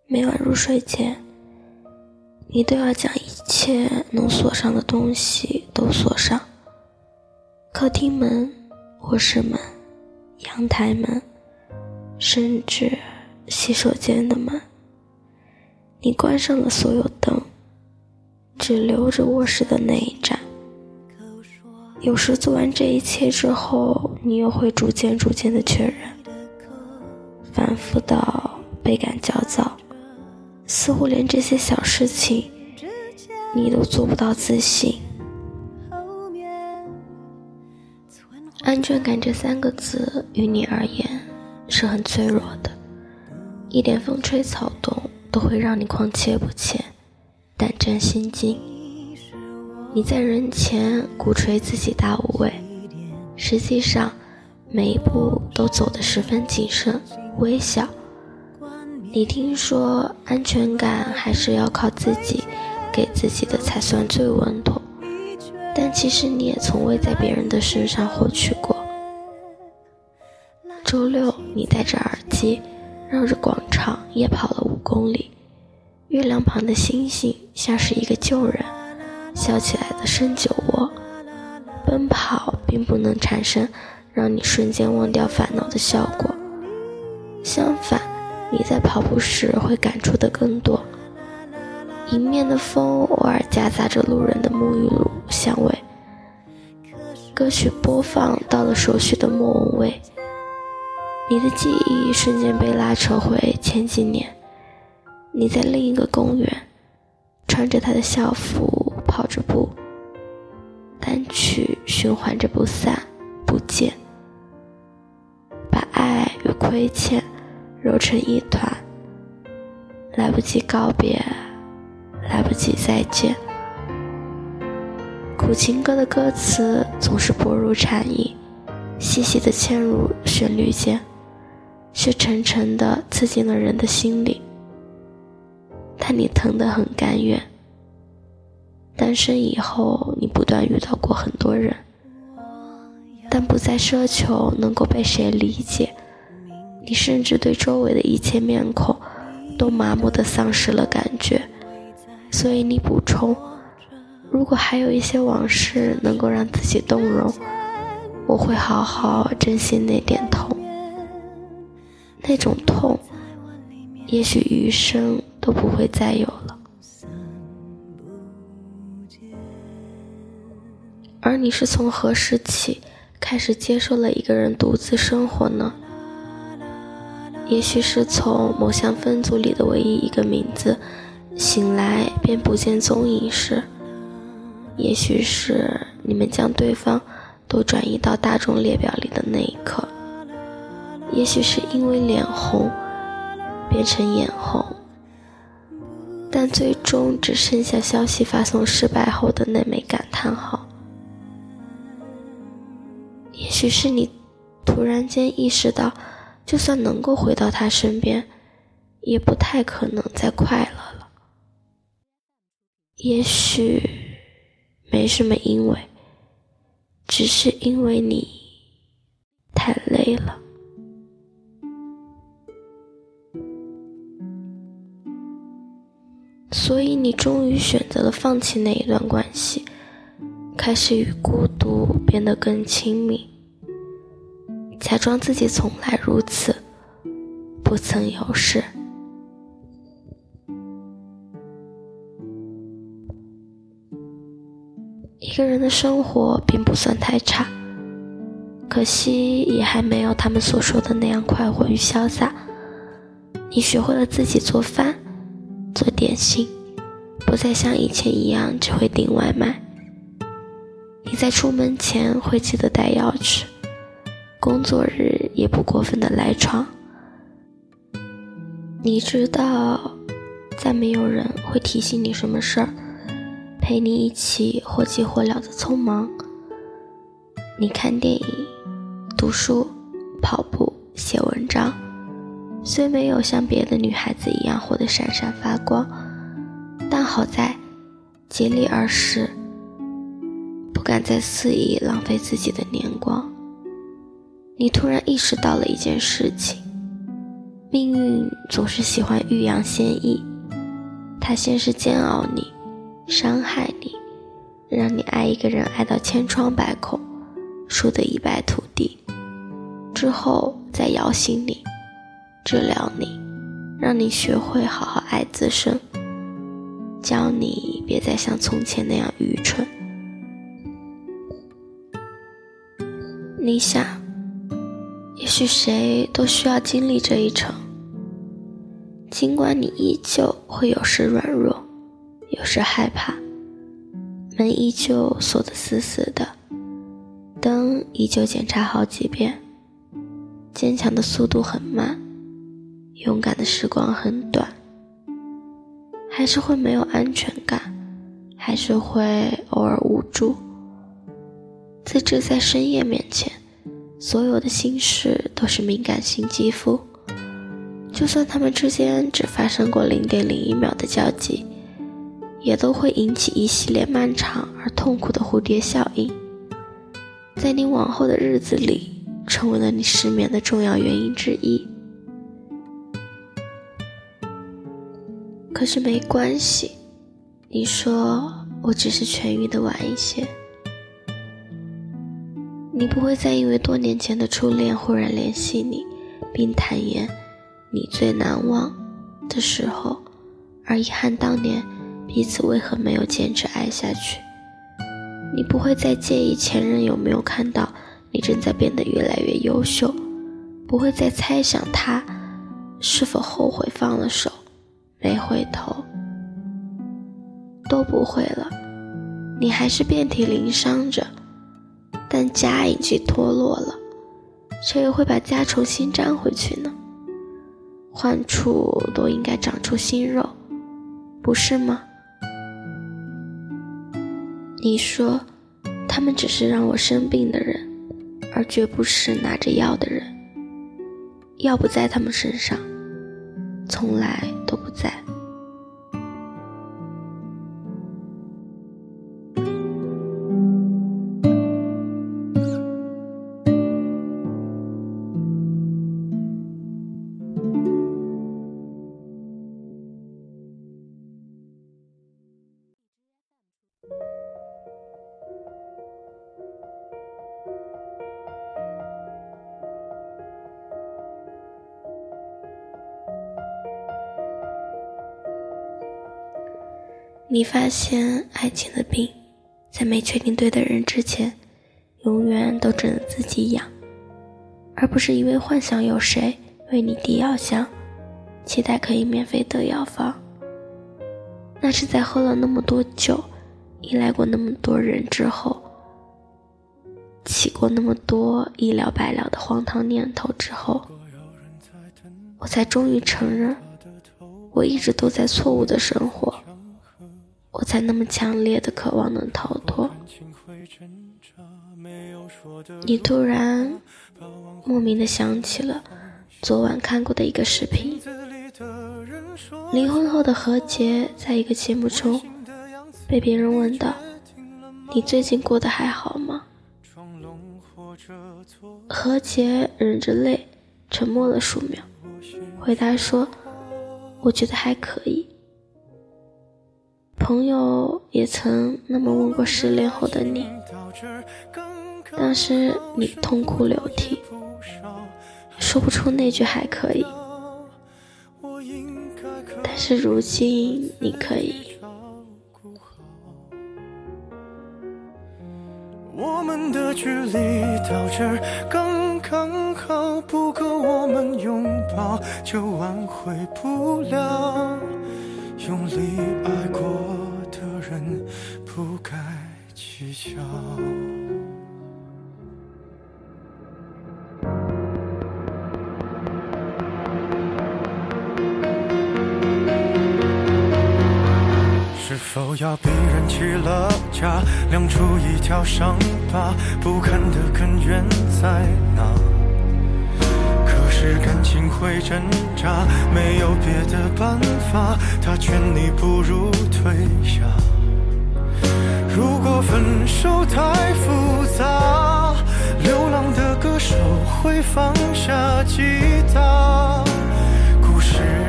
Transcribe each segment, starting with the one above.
每晚入睡前，你都要将一切能锁上的东西都锁上，客厅门、卧室门、阳台门，甚至洗手间的门。你关上了所有灯，只留着卧室的那一盏。有时做完这一切之后，你又会逐渐的确认，反复到倍感焦躁，似乎连这些小事情你都做不到自信。安全感这3个字于你而言是很脆弱的，一点风吹草动都会让你况切不前，胆战心惊。你在人前鼓吹自己大无畏，实际上每一步都走得十分谨慎微小。你听说安全感还是要靠自己给自己的才算最稳妥，但其实你也从未在别人的身上获取过。周六你戴着耳机绕着广场夜跑了5公里，月亮旁的星星像是一个旧人笑起来的深酒窝。奔跑并不能产生让你瞬间忘掉烦恼的效果，相反，你在跑步时会感触的更多。迎面的风偶尔夹杂着路人的沐浴露香味，歌曲播放到了熟悉的莫文蔚，你的记忆瞬间被拉扯回前几年。你在另一个公园穿着他的校服跑着步，单曲循环着不散不见，把爱与亏欠揉成一团，来不及告别，来不及再见。苦情歌的歌词总是薄如蝉翼，细细地嵌入旋律间，却沉沉地刺进了人的心里。但你疼得很甘愿。单身以后，你不断遇到过很多人，但不再奢求能够被谁理解。你甚至对周围的一切面孔都麻木地丧失了感觉，所以你补充，如果还有一些往事能够让自己动容，我会好好珍惜那点痛。那种痛也许余生都不会再有了。而你是从何时起开始接受了一个人独自生活呢？也许是从某项分组里的唯一一个名字醒来便不见踪影时，也许是你们将对方都转移到大众列表里的那一刻，也许是因为脸红变成眼红，但最终只剩下消息发送失败后的那枚感叹号。也许是你突然间意识到，就算能够回到他身边，也不太可能再快乐了。也许没什么因为，只是因为你太累了。所以你终于选择了放弃那一段关系，开始与孤独变得更亲密，假装自己从来如此，不曾有事。一个人的生活并不算太差，可惜也还没有他们所说的那样快活与潇洒。你学会了自己做饭做点心，不再像以前一样只会订外卖。你在出门前会记得带钥匙，工作日也不过分的赖床。你知道再没有人会提醒你什么事儿，陪你一起或急或燎的匆忙。你看电影、读书、跑步、写文章，虽没有像别的女孩子一样活得闪闪发光，但好在竭力而时，不敢再肆意浪费自己的年光。你突然意识到了一件事情， 命运总是喜欢欲扬先抑，它先是煎熬你，伤害你，让你爱一个人爱到千疮百孔，输得一败涂地，之后再摇醒你，治疗你，让你学会好好爱自身，教你别再像从前那样愚蠢。你想，也许谁都需要经历这一程，尽管你依旧会有时软弱，有时害怕，门依旧锁得死死的，灯依旧检查好几遍，坚强的速度很慢，勇敢的时光很短，还是会没有安全感，还是会偶尔无助。自知在深夜面前，所有的心事都是敏感性肌肤，就算他们之间只发生过0.01秒的交集，也都会引起一系列漫长而痛苦的蝴蝶效应，在你往后的日子里成为了你失眠的重要原因之一。可是没关系，你说我只是痊愈的晚一些。你不会再因为多年前的初恋忽然联系你，并坦言你最难忘的时候，而遗憾当年彼此为何没有坚持爱下去。你不会再介意前任有没有看到你正在变得越来越优秀，不会再猜想他是否后悔放了手，没回头，都不会了。你还是遍体鳞伤着，但家已经脱落了，谁又会把家重新粘回去呢？患处都应该长出新肉，不是吗？你说他们只是让我生病的人，而绝不是拿着药的人。药不在他们身上，从来都不在。你发现爱情的病，在没确定对的人之前，永远都只能自己养，而不是因为幻想有谁为你递药箱，期待可以免费得药方。那是在喝了那么多酒，依赖过那么多人之后，起过那么多一了百了的荒唐念头之后，我才终于承认，我一直都在错误的生活，我才那么强烈的渴望能逃脱。你突然莫名的想起了昨晚看过的一个视频，离婚后的何洁在一个节目中被别人问到，你最近过得还好吗？何洁忍着泪沉默了数秒，回答说，我觉得还可以。朋友也曾那么问过失恋后的你，当时你痛哭流涕，说不出那句还可以，但是如今你可以。 我们的距离到这儿刚刚好，不够我们拥抱就挽回不了，用力爱过的人不该计较。是否要逼人起了家，亮出一条伤疤，不堪的根源在哪？可是感情会挣扎，没有别的办法，他劝你不如退下。如果分手太复杂，流浪的歌手会放下吉他，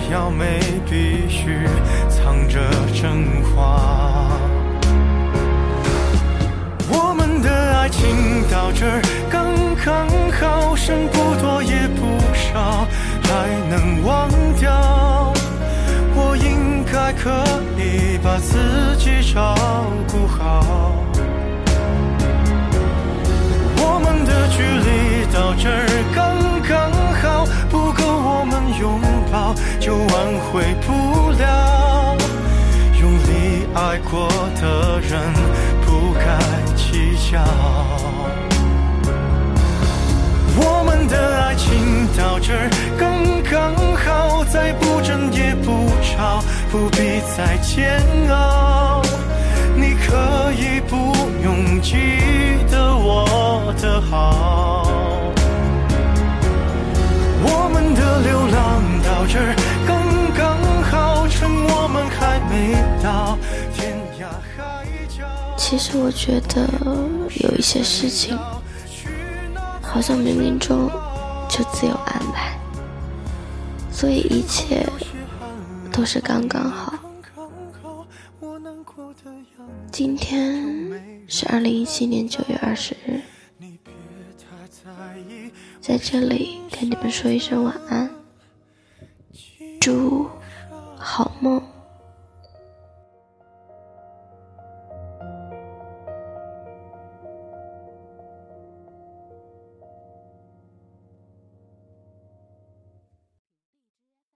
要没必须藏着真话。我们的爱情到这儿刚刚好，剩不多也不少，还能忘掉。我应该可以把自己照顾好。我们的距离到这儿刚刚好，不够我们拥抱就挽回不了。用力爱过的人不该计较。我们的爱情到这儿刚刚好，再不争也不吵，不必再煎熬。你可以不用记得我的好。我们的流浪到这儿刚刚好，趁我们还没到天涯海角。 其实我觉得有一些事情好像冥冥中就自有安排，所以一切都是刚刚好。今天是2017年9月20日，在这里跟你们说一声晚安，祝好梦。